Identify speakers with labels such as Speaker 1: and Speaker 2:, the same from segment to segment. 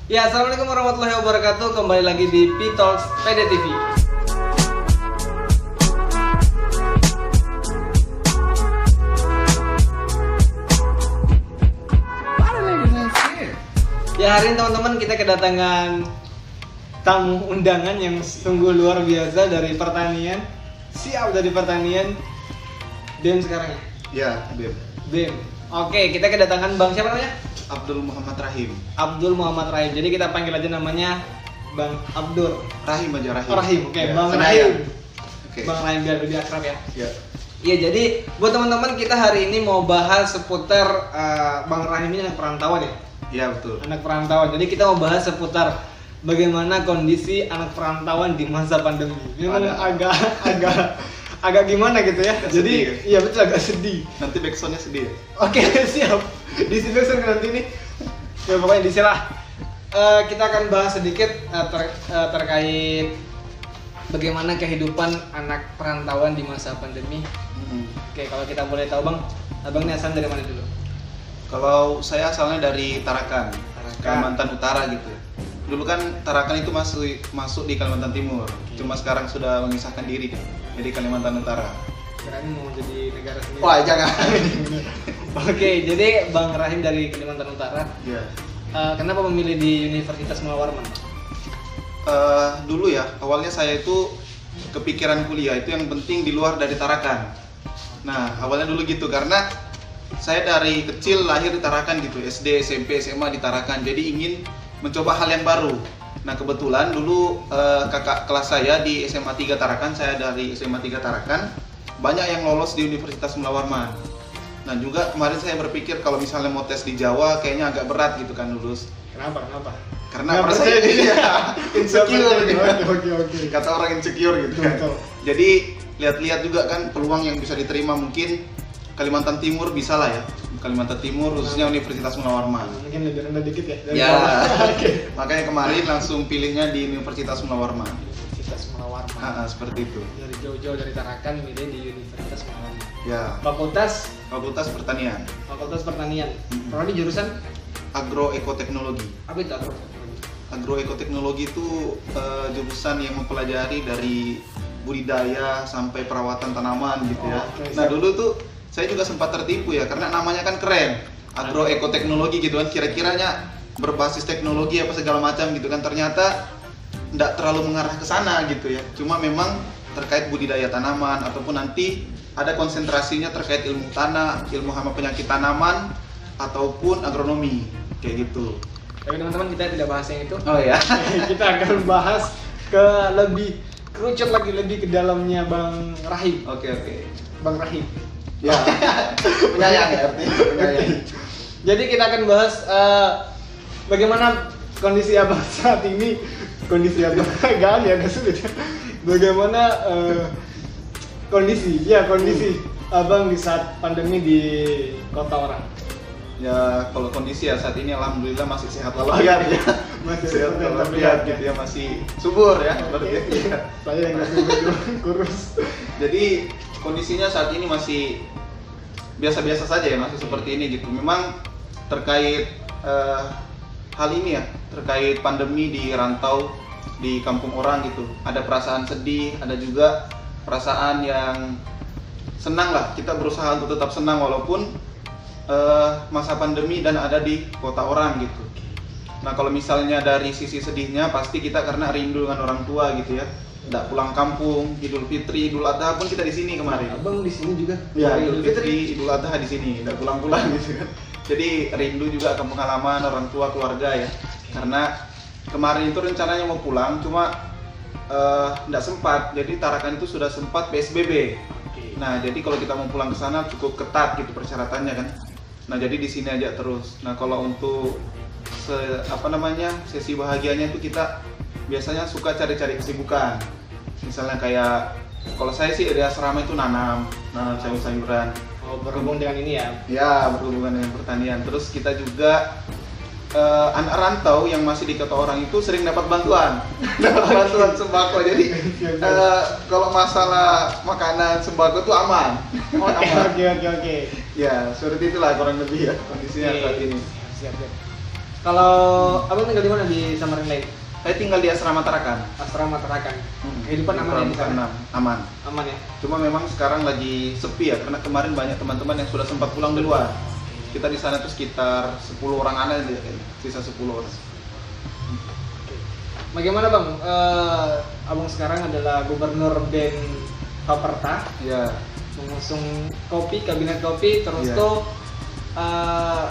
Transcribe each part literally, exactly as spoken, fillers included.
Speaker 1: Ya, assalamualaikum warahmatullahi wabarakatuh. Kembali lagi di P-Talks P D T V. Ya, hari ini teman-teman kita kedatangan tamu undangan yang sungguh luar biasa dari pertanian. Siap dari pertanian. B E M sekarang ya?
Speaker 2: Ya, B E M.
Speaker 1: B E M. Oke, kita kedatangan Bang siapa namanya?
Speaker 2: Abdul Muhammad Rahim.
Speaker 1: Abdul Muhammad Rahim. Jadi kita panggil aja namanya Bang Abdul.
Speaker 2: Rahim aja Rahim.
Speaker 1: Oh, Rahim. Oke,
Speaker 2: Ya,
Speaker 1: Bang
Speaker 2: Senayan.
Speaker 1: Rahim.
Speaker 2: Oke.
Speaker 1: Bang Rahim biar lebih akrab ya.
Speaker 2: Ya.
Speaker 1: Iya, jadi buat teman-teman kita hari ini mau bahas seputar uh, Bang Rahim ini anak perantauan ya.
Speaker 2: Iya, betul.
Speaker 1: Anak perantauan. Jadi kita mau bahas seputar bagaimana kondisi anak perantauan di masa pandemi. Memang
Speaker 2: Ada.
Speaker 1: agak agak agak gimana gitu ya.
Speaker 2: Agak
Speaker 1: Jadi
Speaker 2: sedih, ya?
Speaker 1: iya betul agak sedih.
Speaker 2: Nanti backsoundnya sedih ya?
Speaker 1: Oke, siap. Di sini nanti nih. Ya pokoknya disilah. Uh, kita akan bahas sedikit uh, ter- uh, terkait bagaimana kehidupan anak perantauan di masa pandemi.
Speaker 2: Mm-hmm.
Speaker 1: Oke, kalau kita boleh tahu Bang, Abang ini asal dari mana dulu?
Speaker 2: Kalau saya asalnya dari Tarakan,
Speaker 1: Tarakan.
Speaker 2: Kalimantan Utara gitu. Dulu kan Tarakan itu masuk masuk di Kalimantan Timur.
Speaker 1: Oke.
Speaker 2: Cuma sekarang sudah memisahkan diri jadi Kalimantan Utara.
Speaker 1: Kirain mau jadi negara sendiri.
Speaker 2: Wah, jangan.
Speaker 1: Oke, jadi Bang Rahim dari Kalimantan Utara.
Speaker 2: Ya.
Speaker 1: Uh, kenapa memilih di Universitas Mula Warman?
Speaker 2: Eh, dulu ya, awalnya saya itu kepikiran kuliah itu yang penting di luar dari Tarakan. Nah, awalnya dulu gitu karena saya dari kecil lahir di Tarakan gitu, S D, S M P, S M A di Tarakan. Jadi ingin mencoba hal yang baru. Nah, kebetulan dulu eh, kakak kelas saya di S M A tiga Tarakan, saya dari S M A tiga Tarakan, banyak yang lolos di Universitas Mula Warman. Nah, juga kemarin saya berpikir kalau misalnya mau tes di Jawa kayaknya agak berat gitu kan lulus.
Speaker 1: Kenapa? Kenapa?
Speaker 2: Karena
Speaker 1: Nggak
Speaker 2: percaya
Speaker 1: percaya
Speaker 2: diri ya, insecure
Speaker 1: Oke,
Speaker 2: gitu.
Speaker 1: oke, oke.
Speaker 2: Kata orang insecure gitu kan.
Speaker 1: Betul.
Speaker 2: Jadi lihat-lihat juga kan peluang yang bisa diterima mungkin Kalimantan Timur bisa lah ya. Kalimantan Timur khususnya Universitas Mula Warman.
Speaker 1: Mungkin lebih rendah dikit ya. dari
Speaker 2: Ya.
Speaker 1: bawah. Oke.
Speaker 2: Makanya kemarin langsung pilihnya di Universitas Mula Warman.
Speaker 1: Universitas Mula Warman.
Speaker 2: Ah, ah, seperti itu.
Speaker 1: Dari jauh-jauh dari Tarakan milih di Universitas Mula Warman.
Speaker 2: Ya.
Speaker 1: Fakultas
Speaker 2: Fakultas Pertanian,
Speaker 1: Fakultas Pertanian.
Speaker 2: Hmm.
Speaker 1: Prodi jurusan
Speaker 2: Agroekoteknologi.
Speaker 1: apa itu? Agro.
Speaker 2: Agroekoteknologi itu eh, jurusan yang mempelajari dari budidaya sampai perawatan tanaman gitu ya.
Speaker 1: Oh, oke,
Speaker 2: Nah,
Speaker 1: siap.
Speaker 2: dulu tuh saya juga sempat tertipu ya karena namanya kan keren. Agroekoteknologi gitu kan, kira-kiranya berbasis teknologi apa segala macam gitu kan. Ternyata tidak terlalu mengarah ke sana gitu ya. Cuma memang terkait budidaya tanaman ataupun nanti ada konsentrasinya terkait ilmu tanah, ilmu hama penyakit tanaman ataupun agronomi kayak gitu.
Speaker 1: Tapi teman-teman kita tidak bahas yang itu.
Speaker 2: Oh ya.
Speaker 1: Kita akan bahas ke lebih kerucut lagi lebih ke dalamnya Bang Rahim.
Speaker 2: Oke oke.
Speaker 1: Bang Rahim.
Speaker 2: Ya. Penyayang ya artinya. Penyayang.
Speaker 1: Jadi kita akan bahas eh, bagaimana kondisi abang saat ini, kondisi abang agak ya agak sulit. ya. Bagaimana eh, kondisi, ya kondisi abang di saat pandemi di kota orang.
Speaker 2: Ya kalau kondisi ya saat ini alhamdulillah masih sehat walafiat ya.
Speaker 1: Masih
Speaker 2: sehat
Speaker 1: sehat
Speaker 2: walafiat
Speaker 1: walafiat,
Speaker 2: gitu ya, masih subur ya. Berarti ya.
Speaker 1: Saya yang nggak kurus.
Speaker 2: Jadi kondisinya saat ini masih biasa-biasa saja ya, masih seperti ini gitu. Memang terkait eh, hal ini ya, terkait pandemi di rantau di kampung orang gitu. Ada perasaan sedih, ada juga perasaan yang senang lah. Kita berusaha untuk tetap senang walaupun eh, masa pandemi dan ada di kota orang gitu. Nah kalau misalnya dari sisi sedihnya pasti kita karena rindu dengan orang tua gitu ya. Nggak pulang kampung, Idul Fitri, Idul Adha pun kita di sini kemarin.
Speaker 1: Abang di sini juga.
Speaker 2: Ya,
Speaker 1: Hari
Speaker 2: Idul Fitri, Idul Adha di sini, nggak pulang-pulang gitu kan. Jadi rindu juga kampung halaman, orang tua, keluarga ya. Karena kemarin itu rencananya mau pulang, cuma eh, nggak sempat. Jadi Tarakan itu sudah sempat P S B B.
Speaker 1: Oke.
Speaker 2: Nah, jadi kalau kita mau pulang ke sana cukup ketat gitu persyaratannya kan. Nah, jadi di sini aja terus. Nah, kalau untuk se, apa namanya sesi bahagianya itu kita biasanya suka cari-cari kesibukan. Misalnya kayak kalau saya sih di asrama itu nanam, nanam sayur-sayuran.
Speaker 1: Oh, berhubung dengan ini ya.
Speaker 2: Ya, berhubungan dengan pertanian. Terus kita juga eh, anak rantau yang masih di kota orang itu sering dapat bantuan, dapat bantuan sembako. Jadi eh, kalau masalah makanan sembako itu aman.
Speaker 1: Oke,
Speaker 2: Aman.
Speaker 1: oke, oke, oke.
Speaker 2: Ya, seperti itulah kurang lebih ya kondisinya
Speaker 1: Oke.
Speaker 2: saat ini.
Speaker 1: Siap, siap. Kalau abang tinggal di mana di Samarinda ini?
Speaker 2: Saya tinggal di Asrama Tarakan.
Speaker 1: Asrama Tarakan.
Speaker 2: Hmm.
Speaker 1: Kehidupan aman ya di sana?
Speaker 2: Aman.
Speaker 1: Aman ya.
Speaker 2: Cuma memang sekarang lagi sepi ya, karena kemarin banyak teman-teman yang sudah sempat pulang di luar. Kita di sana tuh sekitar sepuluh orang aja, sisa sepuluh orang.
Speaker 1: Bagaimana bang? Uh, abang sekarang adalah gubernur BEM Paperta.
Speaker 2: Ya.
Speaker 1: Mengusung kopi, kabinet kopi, terus
Speaker 2: Ya.
Speaker 1: tuh uh,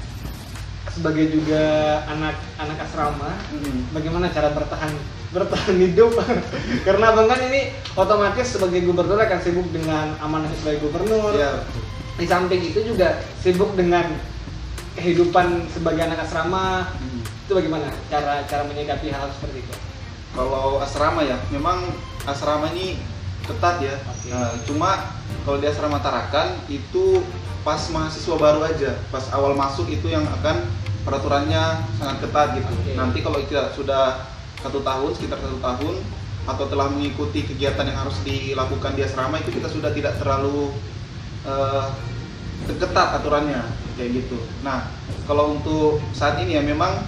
Speaker 1: sebagai juga anak anak asrama,
Speaker 2: Hmm.
Speaker 1: bagaimana cara bertahan bertahan hidup? Karena abang kan ini otomatis sebagai gubernur akan sibuk dengan amanah sebagai gubernur.
Speaker 2: Ya.
Speaker 1: Di samping itu juga sibuk dengan kehidupan sebagai anak asrama.
Speaker 2: Hmm.
Speaker 1: Itu bagaimana cara cara menyikapi hal seperti itu?
Speaker 2: Kalau asrama ya, memang asrama ini ketat ya.
Speaker 1: Oke.
Speaker 2: Nah, cuma kalau di Asrama Tarakan itu pas mahasiswa baru aja, pas awal masuk itu yang akan peraturannya sangat ketat gitu.
Speaker 1: Oke.
Speaker 2: Nanti kalau tidak sudah satu tahun, sekitar satu tahun atau telah mengikuti kegiatan yang harus dilakukan di asrama itu kita sudah tidak terlalu uh, ketat aturannya kayak gitu. Nah, kalau untuk saat ini ya memang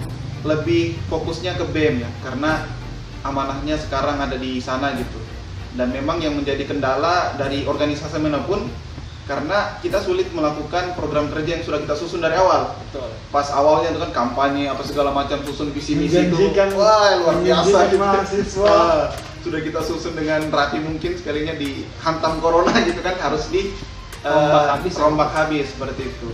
Speaker 2: lebih fokusnya ke BEM ya, karena amanahnya sekarang ada di sana gitu. Dan memang yang menjadi kendala dari organisasi manapun karena kita sulit melakukan program kerja yang sudah kita susun dari awal.
Speaker 1: Betul.
Speaker 2: Pas awalnya itu kan kampanye apa segala macam, susun visi misi itu,
Speaker 1: Menjanjikan-
Speaker 2: wah luar biasa
Speaker 1: menjanjikan
Speaker 2: gitu.
Speaker 1: mahasiswa.
Speaker 2: Wah, sudah kita susun dengan rapi mungkin, sekalinya dihantam corona gitu kan, harus di eh,
Speaker 1: Rombak habis ya?
Speaker 2: rombak habis seperti itu.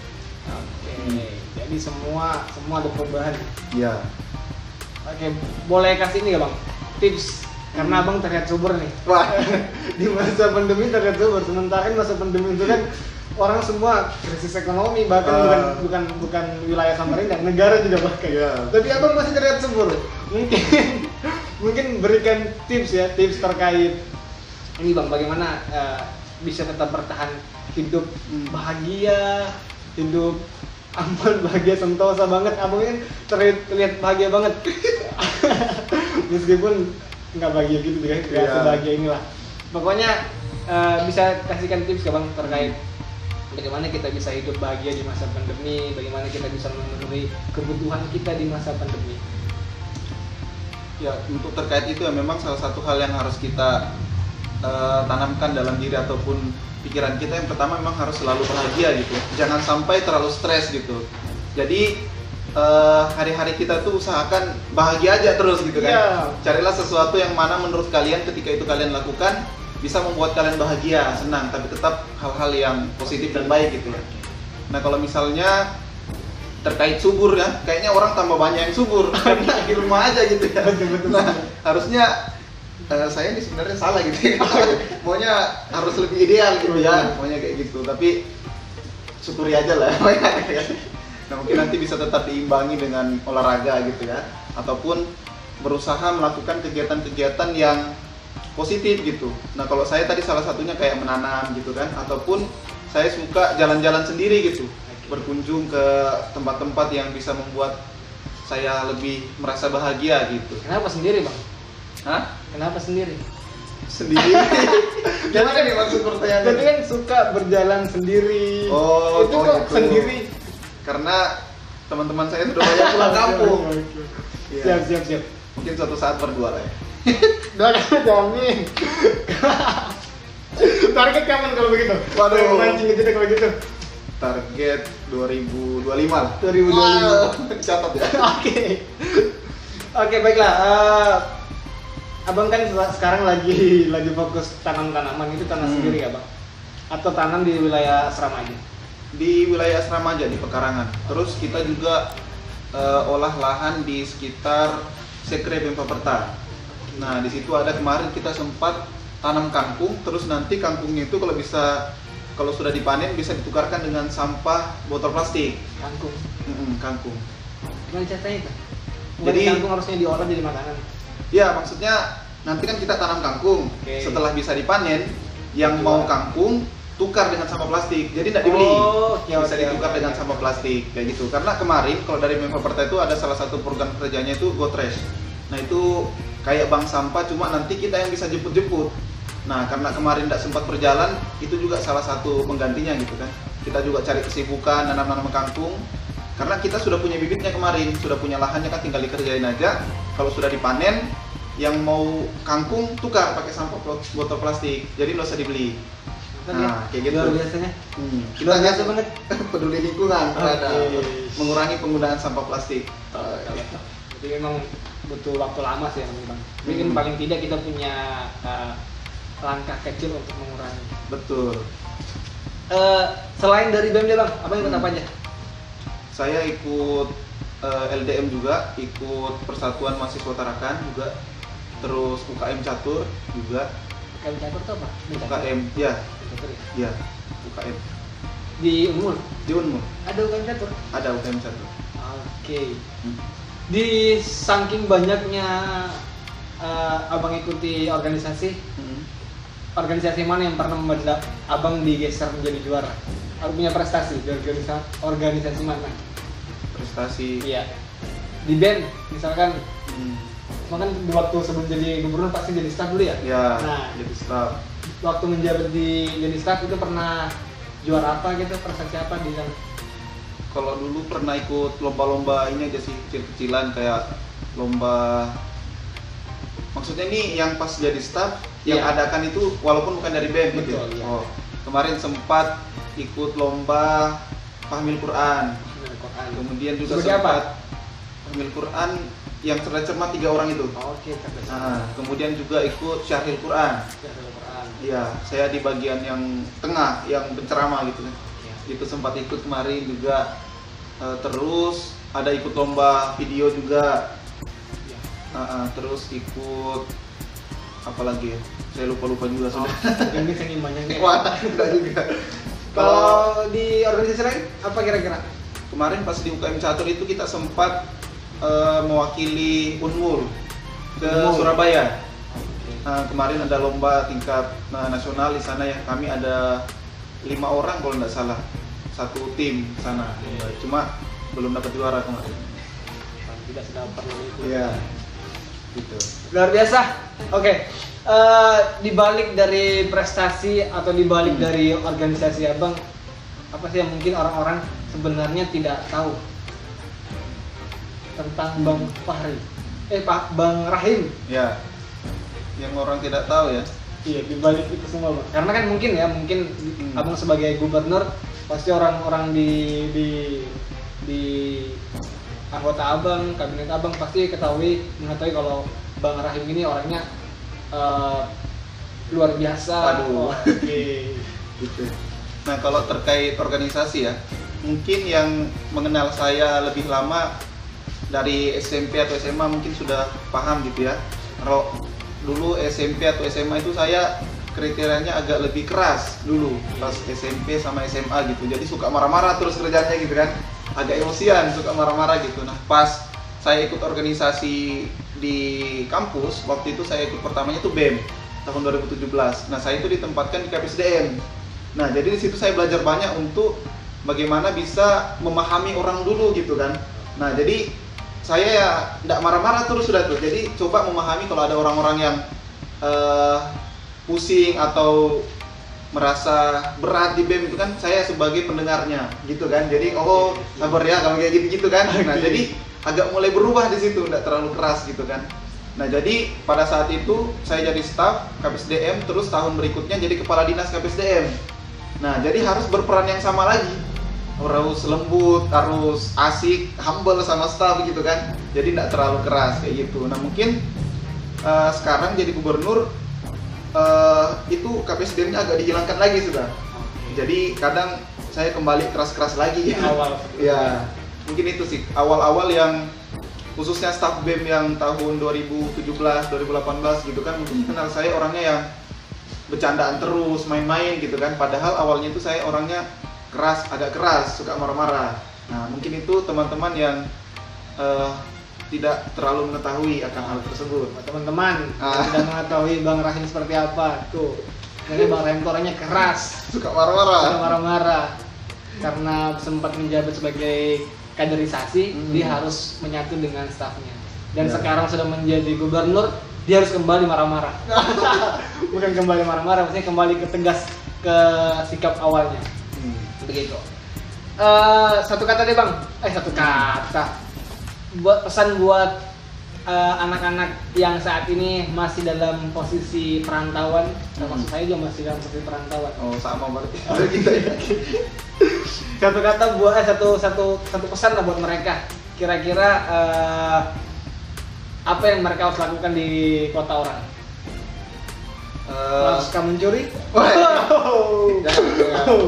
Speaker 1: Oke. Jadi semua semua ada perubahan.
Speaker 2: Iya.
Speaker 1: Oke, boleh kasih ini ya bang tips? Karena abang terlihat subur nih.
Speaker 2: Wah,
Speaker 1: Di masa pandemi terlihat subur. Sementara kan masa pandemi itu kan orang semua krisis ekonomi, bahkan
Speaker 2: Ah.
Speaker 1: bukan bukan bukan wilayah Samarinda, negara juga bahkan.
Speaker 2: Iya.
Speaker 1: Tapi abang masih terlihat subur. Mungkin mungkin berikan tips ya, tips terkait ini bang, bagaimana eh, bisa tetap bertahan hidup bahagia, hidup aman, bahagia, sentosa banget. Abang kan terlihat, terlihat bahagia banget. Meskipun nggak bahagia gitu, nggak
Speaker 2: Iya.
Speaker 1: sebahagia inilah. Pokoknya eh, bisa kasihkan tips ke bang terkait bagaimana kita bisa hidup bahagia di masa pandemi, bagaimana kita bisa memenuhi kebutuhan kita di masa pandemi.
Speaker 2: ya untuk terkait itu ya memang salah satu hal yang harus kita eh, tanamkan dalam diri ataupun pikiran kita, yang pertama memang harus selalu bahagia gitu. Jangan sampai terlalu stres gitu. Jadi eh, hari-hari kita tuh usahakan bahagia aja terus gitu kan.
Speaker 1: Iya.
Speaker 2: Carilah sesuatu yang mana menurut kalian ketika itu kalian lakukan bisa membuat kalian bahagia, senang, tapi tetap hal-hal yang positif dan baik gitu ya. Nah kalau misalnya terkait subur ya, kayaknya orang tambah banyak yang subur karena di rumah aja gitu ya.
Speaker 1: Betul-betul.
Speaker 2: Nah harusnya eh, saya ini sebenarnya salah gitu ya. Maunya harus lebih ideal gitu ya, maunya kayak gitu. Tapi syukuri aja lah. Nah mungkin nanti bisa tetap diimbangi dengan olahraga gitu ya, ataupun berusaha melakukan kegiatan-kegiatan yang positif gitu. Nah kalau saya tadi salah satunya kayak menanam gitu kan, ataupun saya suka jalan-jalan sendiri gitu, berkunjung ke tempat-tempat yang bisa membuat saya lebih merasa bahagia gitu.
Speaker 1: Kenapa sendiri bang?
Speaker 2: Hah?
Speaker 1: Kenapa sendiri?
Speaker 2: Sendiri? Gimana nih maksud pertanyaannya?
Speaker 1: Jadi kan suka berjalan sendiri.
Speaker 2: Oh,
Speaker 1: itu
Speaker 2: oh
Speaker 1: kok
Speaker 2: gitu.
Speaker 1: sendiri?
Speaker 2: Karena teman-teman saya sudah banyak pulang kampung. Iya.
Speaker 1: Siap siap siap.
Speaker 2: Mungkin suatu saat berdua lah ya.
Speaker 1: Doa jamin. Target kapan kalau begitu?
Speaker 2: Waduh.
Speaker 1: Mancing aja deh kalau gitu.
Speaker 2: Target dua ribu dua puluh lima lah.
Speaker 1: dua ribu dua puluh lima.
Speaker 2: Wah, dicatat ya.
Speaker 1: Oke. Oke, baiklah. Eh, abang kan sekarang lagi lagi fokus tanam tanaman, itu tanam
Speaker 2: Hmm.
Speaker 1: sendiri ya bang? Atau tanam di wilayah asrama aja?
Speaker 2: Di wilayah asrama aja, di pekarangan. Terus kita juga eh, olah lahan di sekitar Sekre BEM Paperta. Nah di situ ada kemarin kita sempat tanam kangkung, terus nanti kangkungnya itu kalau bisa, kalau sudah dipanen bisa ditukarkan dengan sampah botol plastik.
Speaker 1: Kangkung.
Speaker 2: Mm-mm, kangkung.
Speaker 1: Gimana ceritanya itu?
Speaker 2: Jadi-
Speaker 1: Jadi kangkung harusnya diolah jadi makanan.
Speaker 2: Ya maksudnya nanti kan kita tanam kangkung,
Speaker 1: Oke.
Speaker 2: setelah bisa dipanen, yang
Speaker 1: Dijual.
Speaker 2: mau kangkung tukar dengan sampah plastik, jadi tidak dibeli,
Speaker 1: Oh, oke,
Speaker 2: bisa
Speaker 1: oke,
Speaker 2: ditukar
Speaker 1: oke,
Speaker 2: dengan
Speaker 1: oke.
Speaker 2: sampah plastik kayak gitu. Karena kemarin kalau dari BEM Paperta itu ada salah satu program kerjanya itu Go Trash. Nah itu kayak bank sampah, cuma nanti kita yang bisa jemput-jemput. Nah karena kemarin tidak sempat berjalan, itu juga salah satu penggantinya gitu kan. Kita juga cari kesibukan nanam-nanam kangkung, Karena kita sudah punya bibitnya kemarin, sudah punya lahannya kan, tinggal dikerjain aja. Kalau sudah dipanen, yang mau kangkung tukar pakai sampah botol plastik, jadi nggak usah dibeli. Nah, kayak gitu.
Speaker 1: Luar biasanya.
Speaker 2: Hmm. Kita
Speaker 1: Luar biasa
Speaker 2: kan
Speaker 1: banget.
Speaker 2: peduli lingkungan,
Speaker 1: Oke.
Speaker 2: terhadap mengurangi penggunaan sampah plastik.
Speaker 1: Oh, gitu. Jadi memang butuh waktu lama sih memang. Mungkin
Speaker 2: Hmm.
Speaker 1: paling tidak kita punya uh, langkah kecil untuk mengurangi.
Speaker 2: Betul.
Speaker 1: Uh, selain dari B E M dia bang, apa ikut
Speaker 2: Hmm.
Speaker 1: apa aja?
Speaker 2: Saya ikut eh, L D M juga, ikut Persatuan Mahasiswa Tarakan juga, terus U K M Catur juga.
Speaker 1: U K M Catur itu apa?
Speaker 2: U K M, ya,
Speaker 1: Catur ya?
Speaker 2: ya, U K M.
Speaker 1: Di Unmul
Speaker 2: Di Unmul
Speaker 1: ada U K M Catur.
Speaker 2: ada U K M Catur.
Speaker 1: Oke.
Speaker 2: Hmm.
Speaker 1: Di saking banyaknya uh, abang ikuti organisasi,
Speaker 2: Hmm.
Speaker 1: organisasi mana yang pernah membuat abang digeser menjadi juara? Abang punya prestasi di organisasi, organisasi mana?
Speaker 2: Prestasi.
Speaker 1: Iya. Di B E M misalkan,
Speaker 2: Hmm.
Speaker 1: makan di waktu sebelum jadi gubernur pasti jadi staf dulu ya.
Speaker 2: Ya,
Speaker 1: Nah,
Speaker 2: jadi staff.
Speaker 1: waktu menjabat di jadi staf itu pernah juara apa gitu, prestasi apa di sana?
Speaker 2: Kalau dulu pernah ikut lomba-lomba ini aja sih, kecil-kecilan kayak lomba. Maksudnya ini yang pas jadi staff, yang
Speaker 1: Iya.
Speaker 2: adakan itu walaupun bukan dari B E M gitu.
Speaker 1: Betul, iya.
Speaker 2: Oh, kemarin sempat ikut lomba Fahmil Quran. Kemudian juga
Speaker 1: Sebagai apa?
Speaker 2: sempat Fahmil Quran yang cerdas cermat tiga orang itu.
Speaker 1: Oke, cerdas.
Speaker 2: Nah, kemudian juga ikut Syahril Quran.
Speaker 1: Quran.
Speaker 2: Iya, saya di bagian yang tengah, yang penceramah gitu kan.
Speaker 1: Iya.
Speaker 2: Itu sempat ikut kemarin juga. Eh, terus ada ikut lomba video juga.
Speaker 1: Iya.
Speaker 2: Ah, ah, terus ikut apa lagi ya? Saya lupa-lupa juga
Speaker 1: Oh,
Speaker 2: sudah.
Speaker 1: ini saking banyaknya.
Speaker 2: Wah, enggak juga.
Speaker 1: Kalau di organisasi lain apa kira-kira?
Speaker 2: Kemarin pas di U K M Catur itu kita sempat eh, mewakili Unmul ke
Speaker 1: Unmul.
Speaker 2: Surabaya.
Speaker 1: Oke.
Speaker 2: Nah, kemarin ada lomba tingkat nah, nasional di sana ya. Kami ada lima orang kalau nggak salah, satu tim sana. Ya, cuma belum dapat juara kemarin.
Speaker 1: Paling tidak sudah pernah itu.
Speaker 2: Iya, gitu.
Speaker 1: Luar biasa. Oke. Eh, dibalik dari prestasi atau dibalik
Speaker 2: Hmm.
Speaker 1: dari organisasi abang, apa sih yang mungkin orang-orang sebenarnya tidak tahu tentang
Speaker 2: Hmm.
Speaker 1: Bang Fahri? Eh Pak Bang Rahim.
Speaker 2: Ya, yang orang tidak tahu ya.
Speaker 1: Iya, dibalik itu semua bang. Karena kan mungkin ya, mungkin
Speaker 2: Hmm.
Speaker 1: abang sebagai gubernur pasti orang-orang di di di anggota abang, kabinet abang pasti ketahui mengetahui kalau Bang Rahim ini orangnya eh, luar biasa.
Speaker 2: Waduh.
Speaker 1: Oke.
Speaker 2: Gitu. Nah, kalau terkait organisasi ya, mungkin yang mengenal saya lebih lama dari S M P atau S M A mungkin sudah paham gitu ya. Kalau dulu S M P atau S M A itu saya kriterianya agak lebih keras dulu pas S M P sama S M A gitu. Jadi suka marah-marah terus kerjanya gitu kan. Agak emosian, suka marah-marah gitu. Nah, pas saya ikut organisasi di kampus, waktu itu saya ikut pertamanya itu B E M tahun dua ribu tujuh belas. Nah, saya itu ditempatkan di K P S D M. Nah, jadi di situ saya belajar banyak untuk bagaimana bisa memahami orang dulu gitu kan. Nah, jadi saya ya tidak marah-marah terus sudah tuh. Jadi coba memahami kalau ada orang-orang yang eh, pusing atau merasa berat di B E M itu kan, saya sebagai pendengarnya gitu kan. Jadi oh sabar ya kalau kayak gitu-gitu kan. Nah, jadi agak mulai berubah di situ, tidak terlalu keras gitu kan. Nah, jadi pada saat itu saya jadi staf K P S D M, terus tahun berikutnya jadi kepala dinas K P S D M. Nah, jadi harus berperan yang sama lagi. Harus lembut, harus asik, humble sama staf gitu kan. Jadi tidak terlalu keras kayak gitu. Nah, mungkin uh, sekarang jadi gubernur uh, itu K P S D M-nya agak dihilangkan lagi sudah. Jadi kadang saya kembali keras-keras lagi.
Speaker 1: Awal.
Speaker 2: Ya, mungkin itu sih awal-awal yang khususnya staf B E M yang tahun dua ribu tujuh belas, dua ribu delapan belas gitu kan, mungkin kenal saya orangnya yang bercandaan terus, main-main gitu kan. Padahal awalnya itu saya orangnya keras, agak keras, suka marah-marah. Nah, mungkin itu teman-teman yang uh, tidak terlalu mengetahui akan hal tersebut.
Speaker 1: Buat teman-teman
Speaker 2: Ah.
Speaker 1: yang tidak mengetahui Bang Rahim seperti apa tuh. Jadi Bang Rahim tuh orangnya keras,
Speaker 2: Suka
Speaker 1: suka
Speaker 2: marah-marah.
Speaker 1: marah-marah. Karena sempat menjabat sebagai kaderisasi,
Speaker 2: Hmm.
Speaker 1: dia harus menyatu dengan stafnya. Dan
Speaker 2: Ya.
Speaker 1: sekarang sudah menjadi gubernur, dia harus kembali marah-marah. Bukan kembali marah-marah, maksudnya kembali ke tegas ke sikap awalnya.
Speaker 2: Hmm.
Speaker 1: Begitu. eh, satu kata deh bang, eh satu kata, buat pesan buat eh, anak-anak yang saat ini masih dalam posisi perantauan, termasuk saya juga masih dalam posisi perantauan.
Speaker 2: Oh sama berarti. Kita ya.
Speaker 1: Satu kata buat eh, satu satu satu pesan lah buat mereka. Kira-kira eh, apa yang mereka harus lakukan di kota orang?
Speaker 2: Eh,
Speaker 1: Harus kamu mencuri?
Speaker 2: Wah.
Speaker 1: Wow.
Speaker 2: Jangan,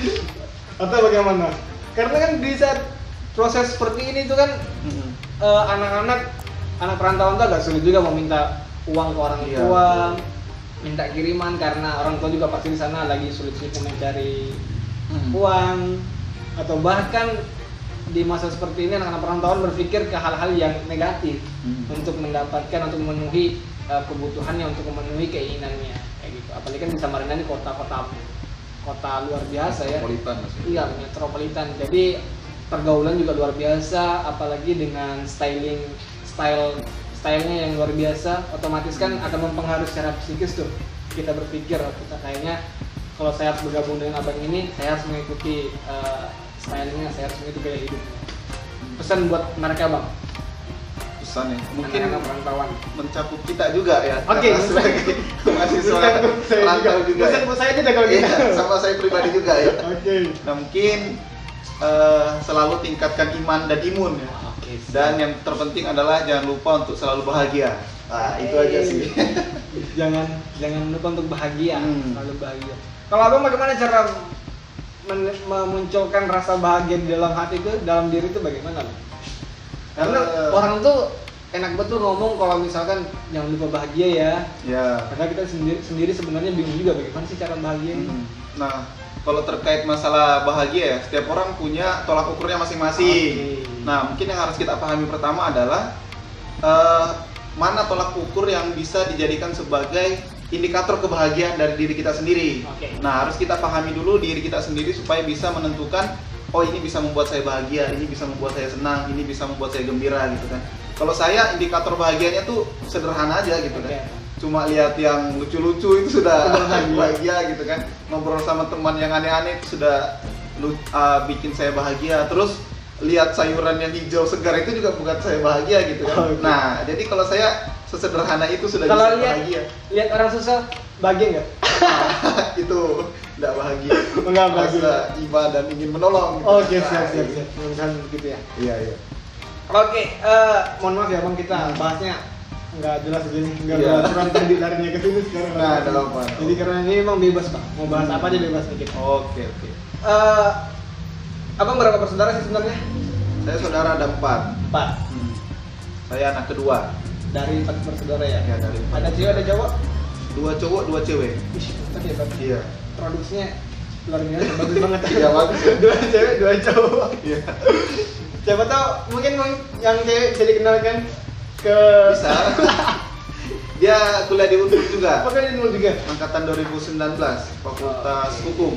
Speaker 1: Atau bagaimana? Karena kan di saat proses seperti ini tuh kan
Speaker 2: Mm-mm.
Speaker 1: eh, anak-anak anak perantauan tuh agak sulit juga mau minta uang ke orang
Speaker 2: Iya,
Speaker 1: tua,
Speaker 2: betul.
Speaker 1: minta kiriman karena orang tua juga pasti di sana lagi sulit-sulit mencari
Speaker 2: Mm.
Speaker 1: uang, atau bahkan di masa seperti ini anak-anak perantauan berpikir ke hal-hal yang negatif
Speaker 2: Hmm.
Speaker 1: untuk mendapatkan, untuk memenuhi uh, kebutuhannya, untuk memenuhi keinginannya kayak gitu. Apalagi kan di Samarinda ini kota-kota kota luar biasa ya.
Speaker 2: Metropolitan maksudnya.
Speaker 1: Iya, metropolitan. Jadi pergaulan juga luar biasa, apalagi dengan styling style stylenya yang luar biasa, otomatis kan akan mempengaruhi secara psikis tuh. Kita berpikir kita kayaknya kalau saya harus bergabung dengan abang ini, saya harus mengikuti uh, stylenya, saya harus mengikuti gaya hidupnya. Pesan buat mereka bang,
Speaker 2: Pesan ya. Mungkin
Speaker 1: anak-anak perantauan.
Speaker 2: mencakup kita juga ya.
Speaker 1: Oke,
Speaker 2: Karena sebagai mahasiswa
Speaker 1: Mencakup saya
Speaker 2: rantau juga.
Speaker 1: Pesan
Speaker 2: ya.
Speaker 1: buat saya aja kalau gitu.
Speaker 2: Iya, sama saya pribadi juga ya.
Speaker 1: Oke.
Speaker 2: Nah mungkin eh, selalu tingkatkan iman dan imun ya.
Speaker 1: Oke.
Speaker 2: Dan yang terpenting adalah jangan lupa untuk selalu bahagia. Nah itu aja sih.
Speaker 1: jangan jangan lupa untuk bahagia,
Speaker 2: Hmm.
Speaker 1: selalu bahagia. Kalau abang bagaimana cara men- memunculkan rasa bahagia di dalam hati itu, dalam diri itu bagaimana bang? Karena
Speaker 2: Eh.
Speaker 1: orang tuh enak betul ngomong kalau misalkan jangan lupa bahagia ya.
Speaker 2: Ya.
Speaker 1: Karena kita sendiri sendiri sebenarnya bingung juga bagaimana sih cara bahagia ini.
Speaker 2: Hmm. Nah kalau terkait masalah bahagia ya, setiap orang punya tolak ukurnya masing-masing.
Speaker 1: Oke.
Speaker 2: Nah mungkin yang harus kita pahami pertama adalah eh, mana tolak ukur yang bisa dijadikan sebagai indikator kebahagiaan dari diri kita sendiri.
Speaker 1: Oke.
Speaker 2: Nah harus kita pahami dulu diri kita sendiri supaya bisa menentukan, oh ini bisa membuat saya bahagia, ini bisa membuat saya senang, ini bisa membuat saya gembira gitu kan. Kalau saya indikator bahagianya tuh sederhana aja gitu kan.
Speaker 1: Oke.
Speaker 2: Cuma lihat yang lucu-lucu itu sudah
Speaker 1: Bahagia.
Speaker 2: bahagia gitu kan. Ngobrol sama teman yang aneh-aneh itu sudah lu- uh, bikin saya bahagia. Terus lihat sayuran yang hijau segar itu juga buat saya bahagia gitu kan.
Speaker 1: Oke.
Speaker 2: Nah, jadi kalau saya sesederhana itu sudah
Speaker 1: Kalau
Speaker 2: bisa
Speaker 1: lihat
Speaker 2: bahagia.
Speaker 1: lihat orang susah bahagia nggak?
Speaker 2: Itu enggak bahagia.
Speaker 1: Enggak bahagia.
Speaker 2: Rasa iba dan ingin menolong. gitu.
Speaker 1: Oke,
Speaker 2: Nah,
Speaker 1: siap siap
Speaker 2: gitu.
Speaker 1: siap. Mudah-mudahan begitu ya.
Speaker 2: Iya, iya.
Speaker 1: Oke, eh, mohon maaf ya bang, kita bahasnya nggak jelas begini, nggak
Speaker 2: Iya.
Speaker 1: jelas kurang tadi larinya ke sini sekarang.
Speaker 2: Nah, ada apa?
Speaker 1: Jadi karena ini emang bebas bang, mau bahas apa aja bebas nih kita.
Speaker 2: Oke, oke.
Speaker 1: Eh, abang berapa bersaudara sih sebenarnya?
Speaker 2: Saya saudara ada empat.
Speaker 1: Empat.
Speaker 2: Hmm. Saya anak kedua.
Speaker 1: Dari empat bersaudara ya.
Speaker 2: Ya, dari empat.
Speaker 1: Ada cewek, ada cowok.
Speaker 2: Dua cowok, dua cewek.
Speaker 1: Ih, mantap ya bang.
Speaker 2: Iya.
Speaker 1: Produksinya luar biasa, bagus banget.
Speaker 2: Iya, bagus ya.
Speaker 1: Dua cewek, dua cowok.
Speaker 2: Iya.
Speaker 1: Siapa tahu mungkin Bang, yang cewek bisa dikenalkan ke
Speaker 2: Bisa. Dia kuliah di U N U R juga.
Speaker 1: Apakah di dulu juga?
Speaker 2: Angkatan dua ribu sembilan belas, Fakultas
Speaker 1: Oh, oke.
Speaker 2: Hukum.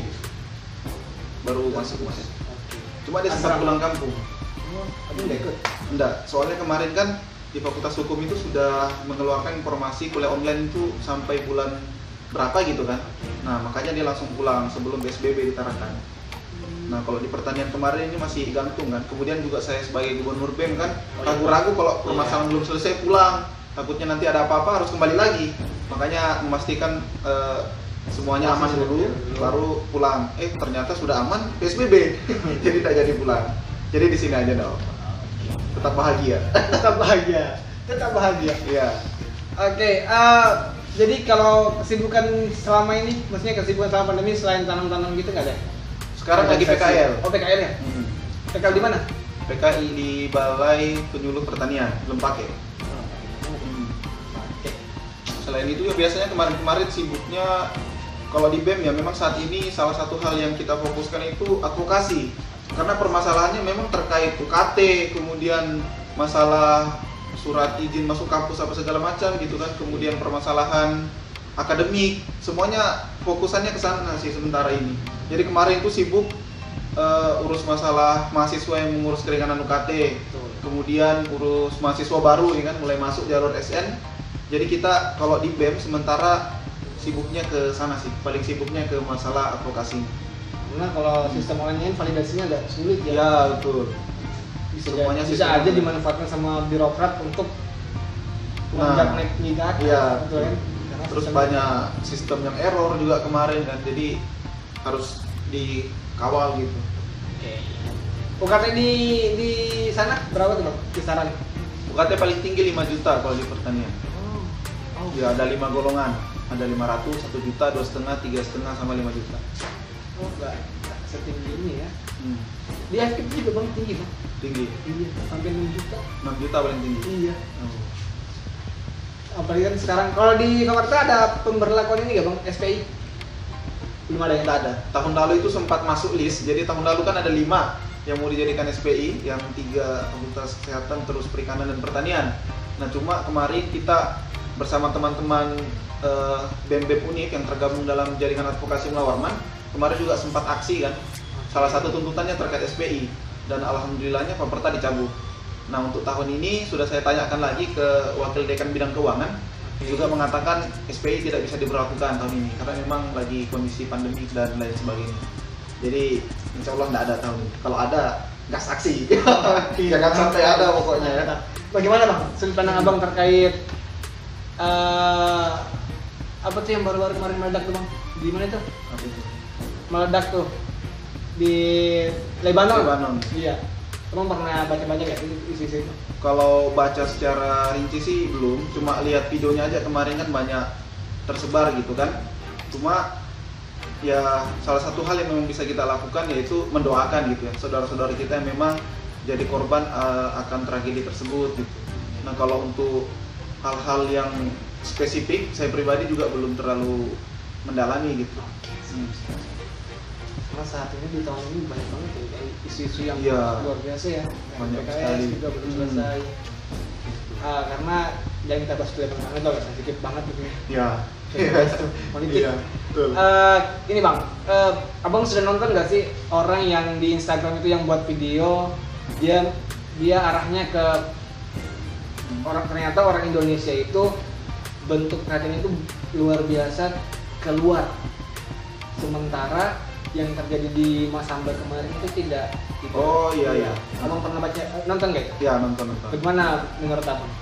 Speaker 2: Baru masuk Mas. Cuma dia sempat
Speaker 1: Asrama.
Speaker 2: pulang kampung.
Speaker 1: Oh, tapi nggak ikut.
Speaker 2: Enggak, soalnya kemarin kan di Fakultas Hukum itu sudah mengeluarkan informasi kuliah online itu sampai bulan berapa gitu kan. Nah, makanya dia langsung pulang sebelum P S B B diterapkan. Nah, kalau di pertanian kemarin ini masih gantung kan. Kemudian juga saya sebagai gubernur B E M kan
Speaker 1: Oh, iya.
Speaker 2: ragu-ragu kalau permasalahan belum selesai pulang. Takutnya nanti ada apa-apa harus kembali lagi. Makanya memastikan eh, semuanya aman
Speaker 1: Masih
Speaker 2: dulu,
Speaker 1: dulu.
Speaker 2: baru pulang. Eh, ternyata sudah aman P S B B. Jadi tidak jadi pulang. Jadi di sini aja dong. Tetap bahagia.
Speaker 1: Tetap bahagia. Tetap bahagia.
Speaker 2: Iya.
Speaker 1: Oke, eh, jadi kalau kesibukan selama ini, maksudnya kesibukan selama pandemi selain tanam-tanam gitu nggak ada?
Speaker 2: Sekarang lagi P K L.
Speaker 1: Oh, P K L ya?
Speaker 2: Hmm.
Speaker 1: P K L di mana?
Speaker 2: P K I di Balai Penyuluh Pertanian, Lempake. Hmm.
Speaker 1: Oke.
Speaker 2: Selain itu ya biasanya kemarin-kemarin sibuknya kalau di B E M ya memang saat ini salah satu hal yang kita fokuskan itu advokasi. Karena permasalahannya memang terkait U K T, kemudian masalah surat izin masuk kampus apa segala macam gitu kan, kemudian permasalahan akademik, semuanya fokusannya ke sana sih sementara ini. Jadi kemarin itu sibuk uh, urus masalah mahasiswa yang mengurus keringanan U K T, kemudian urus mahasiswa baru ya kan mulai masuk jalur S N. Jadi kita kalau di B E M sementara sibuknya ke sana sih, paling sibuknya ke masalah advokasi.
Speaker 1: Karena kalau sistem online validasinya agak sulit ya.
Speaker 2: Ya betul.
Speaker 1: Bisa
Speaker 2: Semuanya
Speaker 1: bisa
Speaker 2: sistem
Speaker 1: aja
Speaker 2: online.
Speaker 1: dimanfaatkan sama birokrat untuk
Speaker 2: Nah,
Speaker 1: menginjak naik ke atas.
Speaker 2: iya.
Speaker 1: Betul kan? Karena
Speaker 2: Terus
Speaker 1: sistem-
Speaker 2: banyak sistem yang error juga kemarin kan, jadi harus dikawal gitu.
Speaker 1: Oke. U K T di di sana berapa tuh bang? Kisaran?
Speaker 2: U K T paling tinggi lima juta kalau di pertanian.
Speaker 1: Oh. Oh.
Speaker 2: Ya ada lima golongan, ada lima ratus, satu juta, dua setengah, tiga setengah, sama lima juta.
Speaker 1: Oh enggak, enggak setinggi ini ya.
Speaker 2: Hmm.
Speaker 1: Di F K I P juga bang tinggi bang.
Speaker 2: Tinggi,
Speaker 1: Iya, sampai enam juta.
Speaker 2: enam juta paling tinggi.
Speaker 1: Iya.
Speaker 2: Oh.
Speaker 1: Apalagi kan sekarang kalau di Jakarta ada pemberlakuan ini nggak bang? S P I? Belum ada ya?
Speaker 2: Tidak ada. Tahun lalu itu sempat masuk list. Jadi tahun lalu kan ada lima yang mau dijadikan S P I, yang tiga fakultas kesehatan, terus perikanan dan pertanian. Nah cuma kemarin kita bersama teman-teman eh, B E M B E P Univ yang tergabung dalam jaringan advokasi Mula Warman, kemarin juga sempat aksi kan. Salah satu tuntutannya terkait S P I dan alhamdulillahnya Paperta dicabut. Nah untuk tahun ini sudah saya tanyakan lagi ke Wakil Dekan Bidang Keuangan, juga mengatakan S P I tidak bisa diberlakukan tahun ini karena memang lagi kondisi pandemi dan lain sebagainya. Jadi insya Allah nggak ada tahun ini. Kalau ada gas aksi, jangan sampai ada pokoknya ya.
Speaker 1: Bagaimana bang? Sudut pandang abang terkait eh apa tuh yang baru-baru kemarin meledak tuh bang? Di mana tuh?
Speaker 2: Apa itu?
Speaker 1: Meledak tuh di Lebanon.
Speaker 2: Lebanon.
Speaker 1: Iya. Abang pernah baca-baca nggak isi-isi itu?
Speaker 2: Kalau baca secara rinci sih belum, cuma lihat videonya aja kemarin kan banyak tersebar gitu kan. Cuma ya salah satu hal yang memang bisa kita lakukan yaitu mendoakan gitu ya saudara-saudara kita yang memang jadi korban uh, akan tragedi tersebut gitu. Nah kalau untuk hal-hal yang spesifik saya pribadi juga belum terlalu mendalami gitu. Hmm.
Speaker 1: Karena saat ini di tahun ini banyak banget ya isu-isu yang
Speaker 2: Iya.
Speaker 1: luar biasa ya.
Speaker 2: Banyak
Speaker 1: P K S
Speaker 2: sekali.
Speaker 1: juga belum
Speaker 2: Hmm.
Speaker 1: selesai. Ah, karena jangan kita bahas Lebanon banget loh, sensitif banget gitu ya.
Speaker 2: Ya.
Speaker 1: Politik.
Speaker 2: Iya, betul.
Speaker 1: Eh, ini bang, eh, abang sudah nonton nggak sih orang yang di Instagram itu yang buat video dia dia arahnya ke orang, ternyata orang Indonesia itu bentuk perhatian itu luar biasa keluar, sementara yang terjadi di Mas Hamba kemarin itu tidak gitu.
Speaker 2: Oh iya iya.
Speaker 1: Abang pernah baca nonton nggak?
Speaker 2: Ya nonton nonton.
Speaker 1: Bagaimana menurut abang?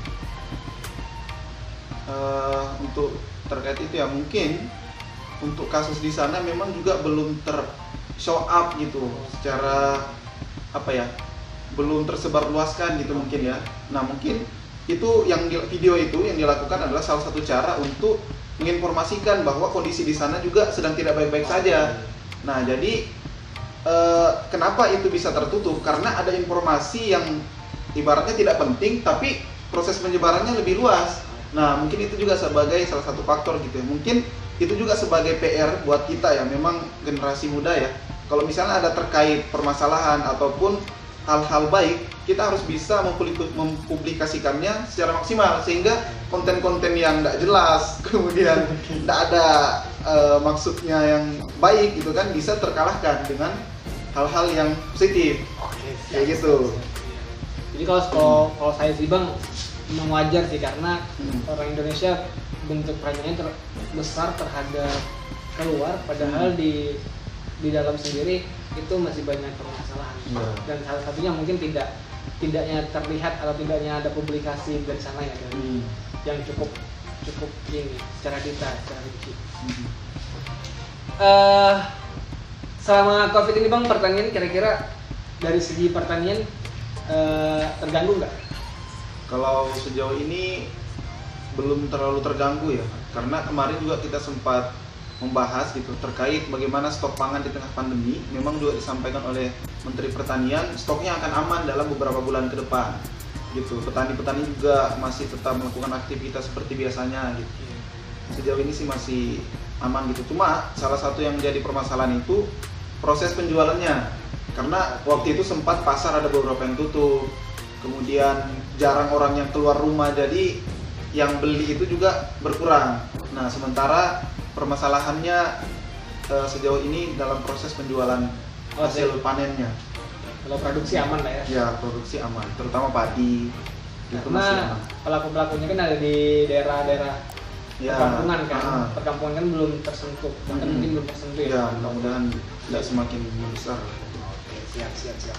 Speaker 2: Eh, untuk terkait itu ya mungkin untuk kasus di sana memang juga belum ter show up gitu secara apa ya, belum tersebar luaskan gitu mungkin ya. Nah mungkin itu yang di, video itu yang dilakukan adalah salah satu cara untuk menginformasikan bahwa kondisi di sana juga sedang tidak baik-baik saja. Nah jadi eh, kenapa itu bisa tertutup? Karena ada informasi yang ibaratnya tidak penting tapi proses penyebarannya lebih luas. Nah mungkin itu juga sebagai salah satu faktor gitu ya. Mungkin itu juga sebagai P R buat kita ya, memang generasi muda ya. Kalau misalnya ada terkait permasalahan ataupun hal-hal baik, kita harus bisa mempublikasikannya secara maksimal sehingga konten-konten yang tidak jelas kemudian tidak ada uh, maksudnya yang baik gitu kan bisa terkalahkan dengan hal-hal yang positif.
Speaker 1: Oke,
Speaker 2: Kayak gitu.
Speaker 1: Jadi kalau kalau, kalau saya sih bang memang wajar sih karena
Speaker 2: Hmm.
Speaker 1: orang Indonesia bentuk perhatiannya terbesar terhadap keluar, padahal
Speaker 2: Hmm.
Speaker 1: di di dalam sendiri itu masih banyak permasalahan.
Speaker 2: Iya.
Speaker 1: Dan salah satunya mungkin tidak tidaknya terlihat atau tidaknya ada publikasi dari sana ya dari
Speaker 2: Hmm.
Speaker 1: yang cukup cukup ini secara detail, secara rinci.
Speaker 2: Hmm.
Speaker 1: Eh, selama COVID ini bang pertanian kira-kira dari segi pertanian eh, terganggu nggak?
Speaker 2: Kalau sejauh ini belum terlalu terganggu ya, karena kemarin juga kita sempat membahas gitu terkait bagaimana stok pangan di tengah pandemi. Memang juga disampaikan oleh Menteri Pertanian stoknya akan aman dalam beberapa bulan ke depan gitu. Petani-petani juga masih tetap melakukan aktivitas seperti biasanya gitu. Sejauh ini sih masih aman gitu. Cuma salah satu yang menjadi permasalahan itu proses penjualannya, karena waktu itu sempat pasar ada beberapa yang tutup, kemudian jarang orang yang keluar rumah, jadi yang beli itu juga berkurang. Nah sementara permasalahannya eh, sejauh ini dalam proses penjualan hasil panennya.
Speaker 1: Kalau produksi aman lah ya.
Speaker 2: Ya produksi aman, terutama padi itu masih
Speaker 1: Karena
Speaker 2: aman.
Speaker 1: pelaku-pelakunya kan ada di daerah-daerah
Speaker 2: Ya.
Speaker 1: perkampungan kan,
Speaker 2: Ah.
Speaker 1: perkampungan kan belum tersentuh, bahkan
Speaker 2: Hmm.
Speaker 1: mungkin belum tersentuh ya.
Speaker 2: Ya, mudah-mudahan tidak semakin membesar.
Speaker 1: Oke, siap, siap, siap.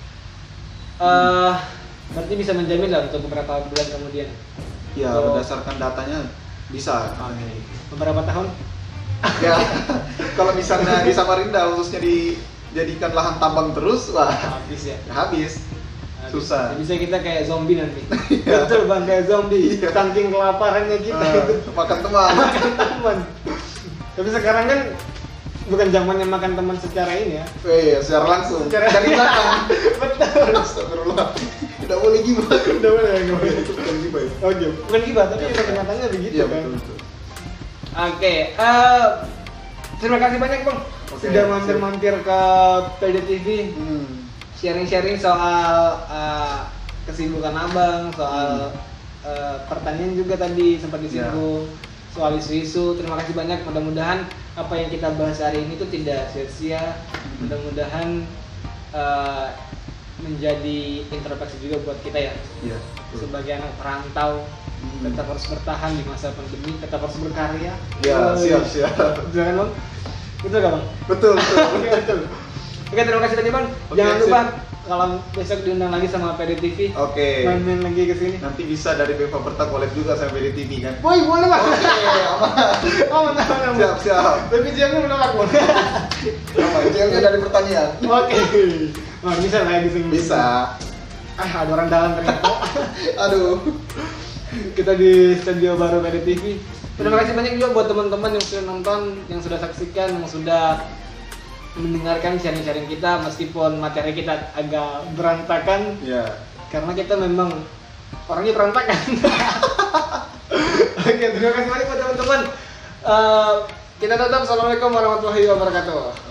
Speaker 1: Eh, berarti bisa menjamin lah untuk beberapa bulan kemudian.
Speaker 2: Ya,
Speaker 1: Oh.
Speaker 2: berdasarkan datanya bisa.
Speaker 1: Beberapa tahun?
Speaker 2: Ya, kalau misalnya di Samarinda khususnya dijadikan lahan tambang terus, wah
Speaker 1: Habis ya.
Speaker 2: habis.
Speaker 1: Habis.
Speaker 2: Susah.
Speaker 1: Bisa kita kayak zombie nanti. Betul bang, kayak zombie.
Speaker 2: Iya.
Speaker 1: Saking kelaparannya kita
Speaker 2: Ah,
Speaker 1: itu.
Speaker 2: makan teman.
Speaker 1: Teman. Tapi sekarang kan bukan zamannya makan teman secara ini ya.
Speaker 2: Eh, ya, secara langsung.
Speaker 1: Secara-
Speaker 2: Dari belakang.
Speaker 1: Betul.
Speaker 2: Astagfirullah. Tidak boleh gimana.
Speaker 1: Udah boleh nggak boleh.
Speaker 2: Itu bukan gibah ya?
Speaker 1: Oke, bukan gibah tapi emang kenyataannya begitu
Speaker 2: Iya,
Speaker 1: kan.
Speaker 2: betul betul.
Speaker 1: Oke, eh, terima kasih banyak bang
Speaker 2: Oke,
Speaker 1: sudah mampir-mampir ke P D T V,
Speaker 2: Hmm.
Speaker 1: sharing-sharing soal eh, kesibukan abang, soal
Speaker 2: Hmm.
Speaker 1: eh, pertanian juga tadi sempat disinggung, soal isu-isu. Terima kasih banyak. Mudah-mudahan apa yang kita bahas hari ini tuh tidak sia-sia. Mudah-mudahan eh, menjadi introspeksi juga buat kita ya.
Speaker 2: Iya. betul.
Speaker 1: Sebagai anak perantau,
Speaker 2: Hmm.
Speaker 1: tetap harus bertahan di masa pandemi, tetap harus berkarya.
Speaker 2: Ya,
Speaker 1: Oh,
Speaker 2: siap siap.
Speaker 1: Betul kan bang? Betul gak bang?
Speaker 2: Betul betul.
Speaker 1: Oke, betul. Oke, terima kasih tadi bang.
Speaker 2: Oke,
Speaker 1: Jangan
Speaker 2: sip.
Speaker 1: lupa kalau besok diundang lagi sama P D T V,
Speaker 2: Oke.
Speaker 1: main-main lagi ke sini.
Speaker 2: Nanti bisa dari Beva Perta collab juga sama B D T V kan.
Speaker 1: Boy, boleh bang.
Speaker 2: Oke, aman.
Speaker 1: Aman, aman, aman.
Speaker 2: Siap siap.
Speaker 1: Tapi jamnya menolak bang.
Speaker 2: Aman. Jamnya dari pertanian.
Speaker 1: Oke. Bang, bisa lah ya di sini.
Speaker 2: Bisa.
Speaker 1: Ah, ada orang dalam ternyata.
Speaker 2: Aduh.
Speaker 1: Kita di studio baru P D T V. Terima kasih banyak juga buat teman-teman yang sudah nonton, yang sudah saksikan, yang sudah mendengarkan sharing-sharing kita meskipun materi kita agak berantakan
Speaker 2: Ya.
Speaker 1: karena kita memang orangnya berantakan. Oke, terima kasih banyak buat teman-teman. Eh, kita tutup. Assalamualaikum warahmatullahi wabarakatuh.